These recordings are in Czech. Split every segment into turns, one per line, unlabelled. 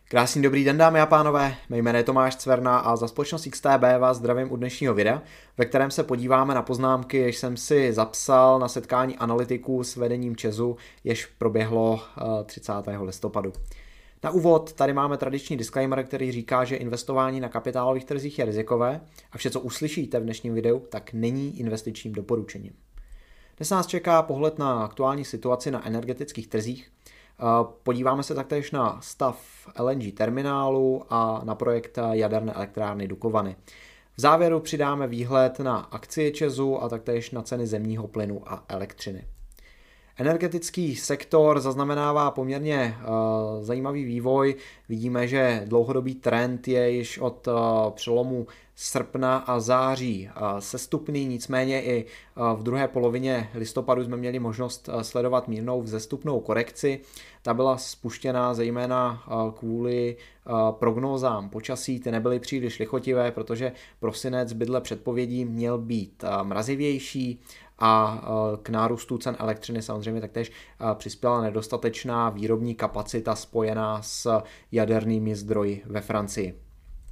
Krásný dobrý den, dámy a pánové, mé jméno je Tomáš Cverna a za společnost XTB vás zdravím u dnešního videa, ve kterém se podíváme na poznámky, jež jsem si zapsal na setkání analytiků s vedením ČEZu, jež proběhlo 30. listopadu. Na úvod tady máme tradiční disclaimer, který říká, že investování na kapitálových trzích je rizikové a vše, co uslyšíte v dnešním videu, tak není investičním doporučením. Dnes nás čeká pohled na aktuální situaci na energetických trzích. Podíváme se taktéž na stav LNG terminálu a na projekt jaderné elektrárny Dukovany. V závěru přidáme výhled na akcie ČEZu a taktéž na ceny zemního plynu a elektřiny. Energetický sektor zaznamenává poměrně zajímavý vývoj. Vidíme, že dlouhodobý trend je již od přelomu srpna a září sestupný, nicméně i v druhé polovině listopadu jsme měli možnost sledovat mírnou vzestupnou korekci. Ta byla spuštěna zejména kvůli prognózám počasí, ty nebyly příliš lichotivé, protože prosinec bydle předpovědí měl být mrazivější a k nárůstu cen elektřiny samozřejmě taktéž přispěla nedostatečná výrobní kapacita spojená s jadernými zdroji ve Francii.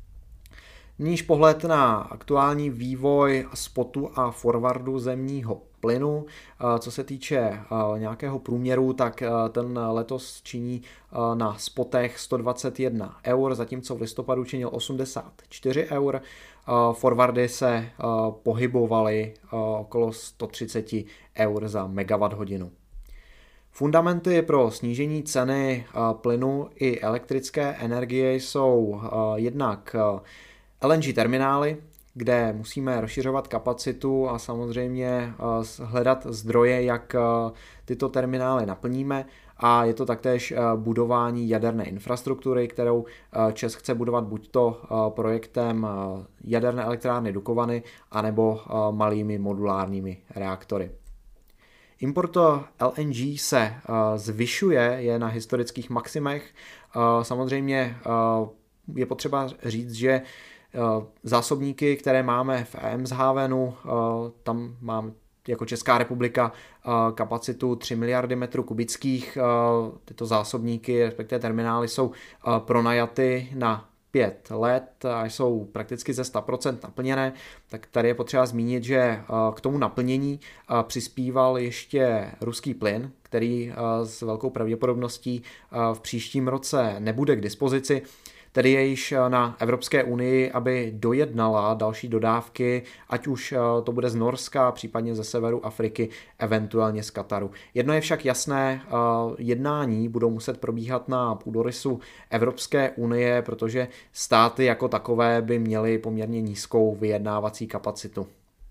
Níž pohled na aktuální vývoj spotu a forwardu zemního plynu. Co se týče nějakého průměru, tak ten letos činí na spotech 121 eur, zatímco v listopadu činil 84 eur. Forwardy se pohybovaly okolo 130 eur za megawatt hodinu. Fundamenty pro snížení ceny plynu i elektrické energie jsou jednak LNG terminály, kde musíme rozšiřovat kapacitu a samozřejmě hledat zdroje, jak tyto terminály naplníme. A je to taktéž budování jaderné infrastruktury, kterou ČEZ chce budovat buďto projektem jaderné elektrárny Dukovany, anebo malými modulárními reaktory. Import LNG se zvyšuje, je na historických maximech. Samozřejmě je potřeba říct, že zásobníky, které máme v Eemshavenu, tam máme jako Česká republika kapacitu 3 miliardy metrů kubických. Tyto zásobníky, respektive terminály, jsou pronajaty na 5 let a jsou prakticky ze 100% naplněné, tak tady je potřeba zmínit, že k tomu naplnění přispíval ještě ruský plyn, který s velkou pravděpodobností v příštím roce nebude k dispozici. Tedy je již na Evropské unii, aby dojednala další dodávky, ať už to bude z Norska, případně ze severu Afriky, eventuálně z Kataru. Jedno je však jasné, jednání budou muset probíhat na půdorysu Evropské unie, protože státy jako takové by měly poměrně nízkou vyjednávací kapacitu.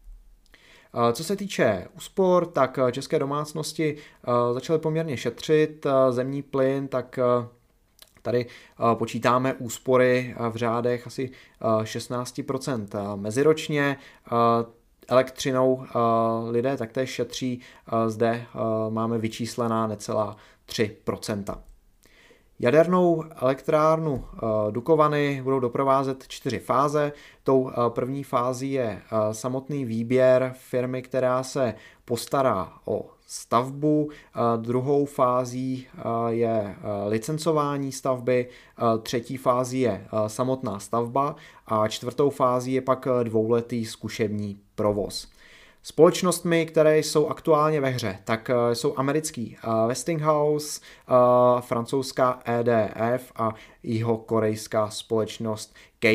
Co se týče úspor, tak české domácnosti začaly poměrně šetřit. Zemní plyn, tak tady počítáme úspory v řádech asi 16% meziročně. Elektřinou lidé taktéž šetří, zde máme vyčíslená necelá 3%. Jadernou elektrárnu Dukovany budou doprovázet 4 fáze. Tou první fází je samotný výběr firmy, která se postará o stavbu, druhou fází je licencování stavby, třetí fází je samotná stavba a čtvrtou fází je pak dvouletý zkušební provoz. Společnostmi, které jsou aktuálně ve hře, tak jsou americký Westinghouse, francouzská EDF a jihokorejská společnost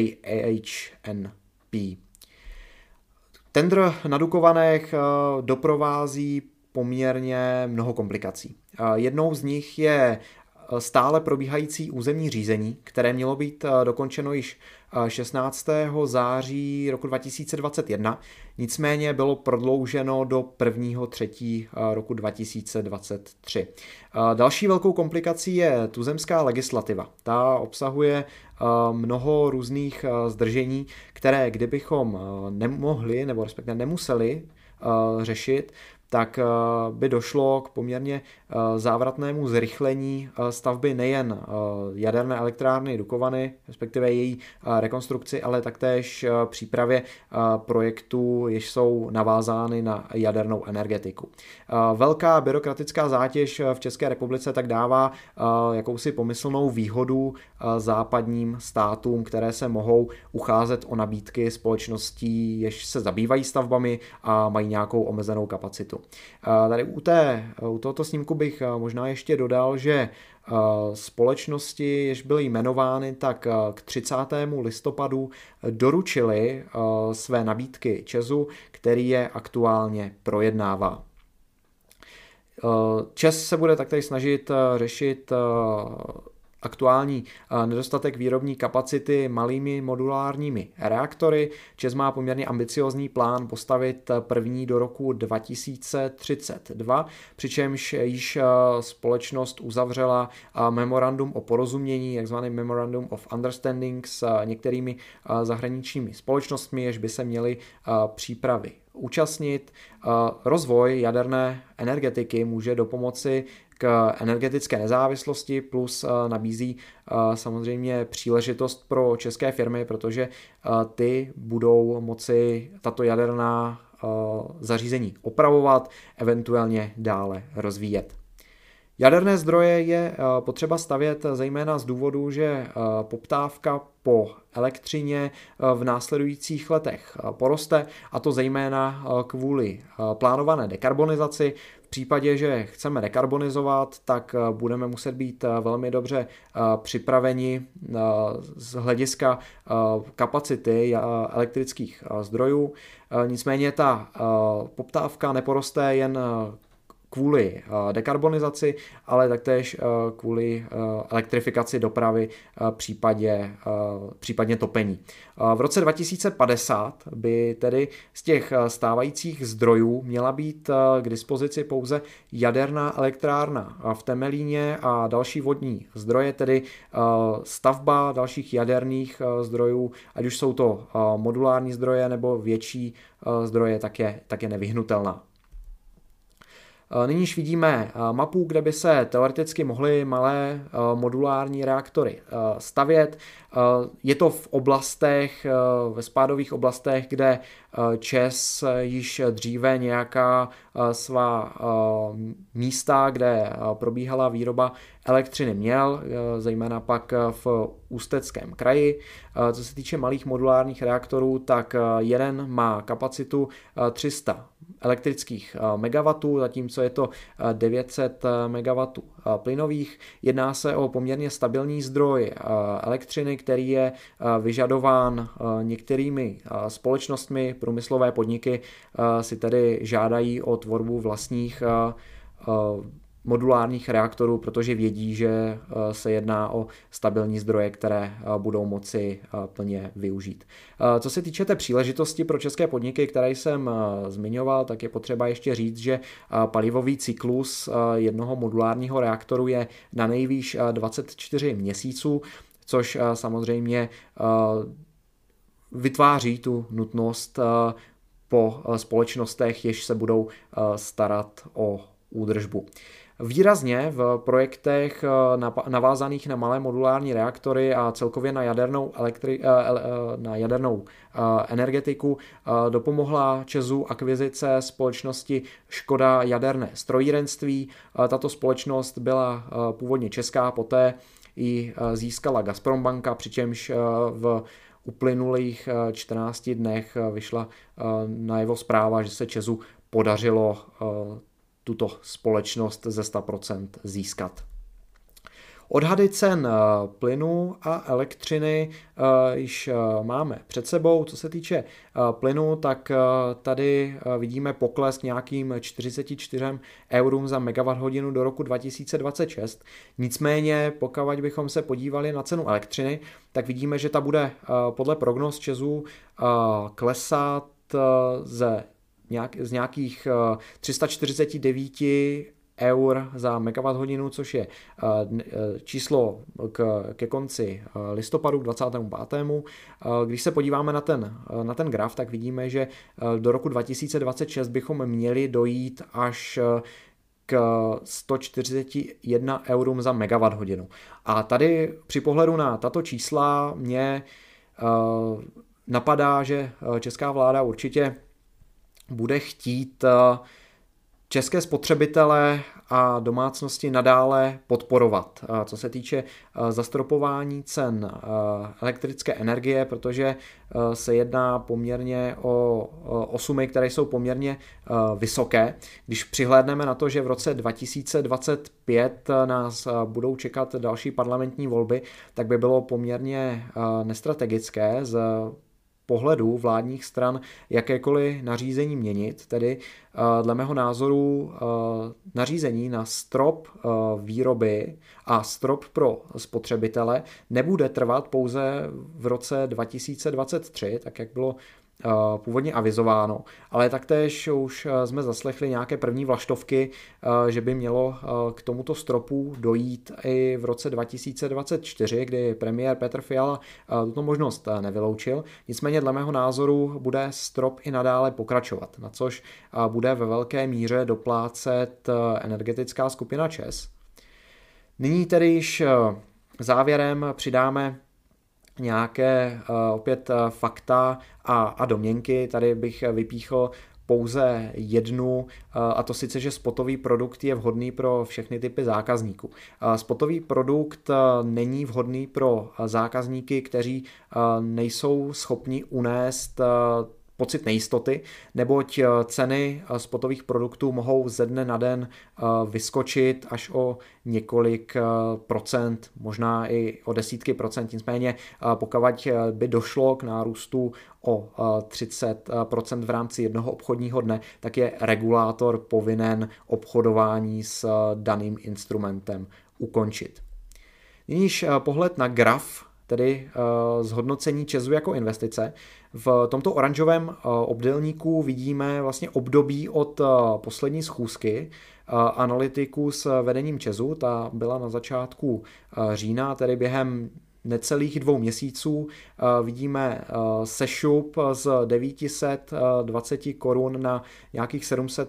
KHNP. Tendr na Dukovanech doprovází poměrně mnoho komplikací. Jednou z nich je stále probíhající územní řízení, které mělo být dokončeno již 16. září roku 2021, nicméně bylo prodlouženo do 1. 3. roku 2023. Další velkou komplikací je tuzemská legislativa. Ta obsahuje mnoho různých zdržení, které kdybychom nemohli nebo respektive nemuseli řešit, tak by došlo k poměrně závratnému zrychlení stavby nejen jaderné elektrárny Dukovany, respektive její rekonstrukci, ale taktéž přípravě projektů, jež jsou navázány na jadernou energetiku. Velká byrokratická zátěž v České republice tak dává jakousi pomyslnou výhodu západním státům, které se mohou ucházet o nabídky společností, jež se zabývají stavbami a mají nějakou omezenou kapacitu. Tady u tohoto snímku bych možná ještě dodal, že společnosti, jež byly jmenovány, tak k 30. listopadu doručili své nabídky ČEZu, který je aktuálně projednává. ČEZ se bude taktéž snažit řešit aktuální nedostatek výrobní kapacity malými modulárními reaktory. ČEZ má poměrně ambiciozní plán postavit první do roku 2032, přičemž již společnost uzavřela memorandum o porozumění, takzvaný Memorandum of Understanding s některými zahraničními společnostmi, jež by se měly přípravy účastnit. Rozvoj jaderné energetiky může dopomoci k energetické nezávislosti, plus nabízí samozřejmě příležitost pro české firmy, protože ty budou moci tato jaderná zařízení opravovat, eventuálně dále rozvíjet. Jaderné zdroje je potřeba stavět zejména z důvodu, že poptávka po elektřině v následujících letech poroste, a to zejména kvůli plánované dekarbonizaci. V případě, že chceme dekarbonizovat, tak budeme muset být velmi dobře připraveni z hlediska kapacity elektrických zdrojů. Nicméně ta poptávka neporoste jen kvůli dekarbonizaci, ale taktéž kvůli elektrifikaci dopravy, případně topení. V roce 2050 by tedy z těch stávajících zdrojů měla být k dispozici pouze jaderná elektrárna v Temelíně a další vodní zdroje, tedy stavba dalších jaderných zdrojů, ať už jsou to modulární zdroje nebo větší zdroje, tak je nevyhnutelná. Nyní již vidíme mapu, kde by se teoreticky mohly malé modulární reaktory stavět. Je to v oblastech, ve spádových oblastech, kde ČEZ již dříve nějaká svá místa, kde probíhala výroba elektřiny měl, zejména pak v Ústeckém kraji. Co se týče malých modulárních reaktorů, tak jeden má kapacitu 300 elektrických megawatů, zatímco je to 900 megawatů plynových. Jedná se o poměrně stabilní zdroj elektřiny, který je vyžadován některými společnostmi. Průmyslové podniky si tedy žádají o tvorbu vlastních modulárních reaktorů, protože vědí, že se jedná o stabilní zdroje, které budou moci plně využít. Co se týče té příležitosti pro české podniky, které jsem zmiňoval, tak je potřeba ještě říct, že palivový cyklus jednoho modulárního reaktoru je na nejvýš 24 měsíců, což samozřejmě vytváří tu nutnost po společnostech, jež se budou starat o údržbu. Výrazně v projektech navázaných na malé modulární reaktory a celkově na jadernou energetiku dopomohla ČEZu akvizice společnosti Škoda jaderné strojírenství. Tato společnost byla původně česká, poté ji získala Gazprombanka, přičemž v uplynulých 14 dnech vyšla najevo zpráva, že se ČEZu podařilo tuto společnost ze 100% získat. Odhady cen plynu a elektřiny již máme před sebou. Co se týče plynu, tak tady vidíme pokles k nějakým 44 eurům za megawatt-hodinu do roku 2026. Nicméně, pokud bychom se podívali na cenu elektřiny, tak vidíme, že ta bude podle prognóz ČEZu klesat z nějakých 349 eur za megawatt hodinu, což je číslo ke konci listopadu 25. Když se podíváme na ten graf, tak vidíme, že do roku 2026 bychom měli dojít až k 141 eurům za megawatt hodinu. A tady při pohledu na tato čísla mě napadá, že česká vláda určitě bude chtít české spotřebitele a domácnosti nadále podporovat, co se týče zastropování cen elektrické energie, protože se jedná poměrně o sumy, které jsou poměrně vysoké. Když přihlédneme na to, že v roce 2025 nás budou čekat další parlamentní volby, tak by bylo poměrně nestrategické z pohledu vládních stran jakékoliv nařízení měnit, tedy dle mého názoru nařízení na strop výroby a strop pro spotřebitele nebude trvat pouze v roce 2023, tak jak bylo původně avizováno, ale taktéž už jsme zaslechli nějaké první vlaštovky, že by mělo k tomuto stropu dojít i v roce 2024, kdy premiér Petr Fiala tuto možnost nevyloučil. Nicméně dle mého názoru bude strop i nadále pokračovat, na což bude ve velké míře doplácet energetická skupina ČEZ. Nyní tedy již závěrem přidáme nějaké opět fakta a domněnky. Tady bych vypíchl pouze jednu, a to sice, že spotový produkt je vhodný pro všechny typy zákazníků. Spotový produkt není vhodný pro zákazníky, kteří nejsou schopni unést pocit nejistoty, neboť ceny spotových produktů mohou ze dne na den vyskočit až o několik procent, možná i o desítky procent. Nicméně pokud by došlo k nárůstu o 30% v rámci jednoho obchodního dne, tak je regulátor povinen obchodování s daným instrumentem ukončit. Nyníž pohled na graf, tedy zhodnocení ČEZu jako investice. V tomto oranžovém obdélníku vidíme vlastně období od poslední schůzky analytiků s vedením ČEZu. Ta byla na začátku října, tedy během necelých 2 měsíců. Vidíme sešup z 920 korun na nějakých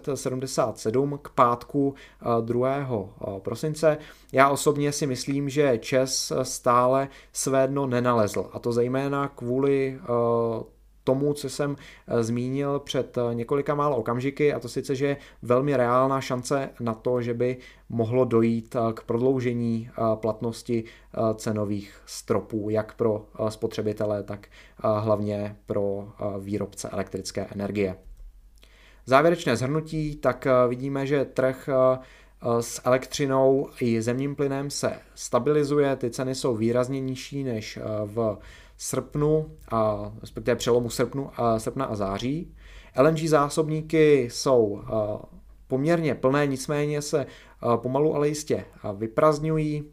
777 k pátku 2. prosince. Já osobně si myslím, že ČEZ stále své dno nenalezl, a to zejména kvůli tomu, co jsem zmínil před několika málo okamžiky, a to sice, že je velmi reálná šance na to, že by mohlo dojít k prodloužení platnosti cenových stropů, jak pro spotřebitele, tak hlavně pro výrobce elektrické energie. Závěrečné shrnutí, tak vidíme, že trh s elektřinou i zemním plynem se stabilizuje, ty ceny jsou výrazně nižší než v srpnu, respektive přelomu srpna a září. LNG zásobníky jsou poměrně plné, nicméně se pomalu ale jistě vyprazdňují.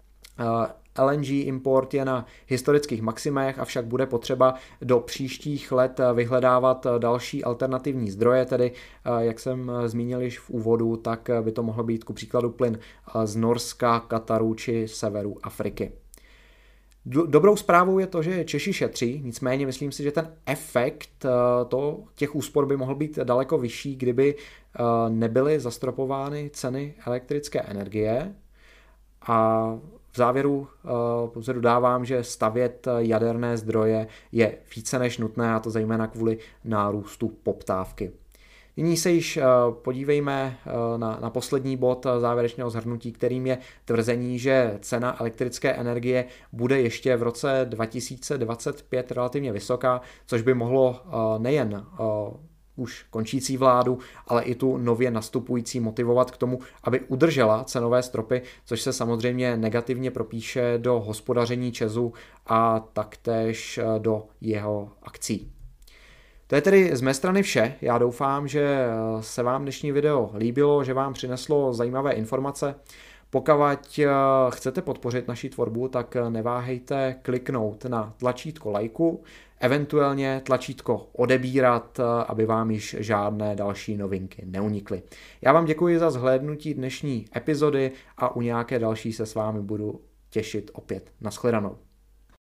LNG import je na historických maximech, avšak bude potřeba do příštích let vyhledávat další alternativní zdroje, tedy jak jsem zmínil již v úvodu, tak by to mohlo být ku příkladu plyn z Norska, Kataru či severu Afriky. Dobrou zprávou je to, že Češi šetří, nicméně myslím si, že ten efekt těch úspor by mohl být daleko vyšší, kdyby nebyly zastropovány ceny elektrické energie. A v závěru pouze dodávám, že stavět jaderné zdroje je více než nutné, a to zejména kvůli nárůstu poptávky. Nyní se již podívejme na poslední bod závěrečného shrnutí, kterým je tvrzení, že cena elektrické energie bude ještě v roce 2025 relativně vysoká, což by mohlo nejen už končící vládu, ale i tu nově nastupující motivovat k tomu, aby udržela cenové stropy, což se samozřejmě negativně propíše do hospodaření ČEZu a taktéž do jeho akcí. To je tedy z mé strany vše. Já doufám, že se vám dnešní video líbilo, že vám přineslo zajímavé informace. Pokud chcete podpořit naši tvorbu, tak neváhejte kliknout na tlačítko lajku, eventuálně tlačítko odebírat, aby vám již žádné další novinky neunikly. Já vám děkuji za zhlédnutí dnešní epizody a u nějaké další se s vámi budu těšit opět. Naschledanou.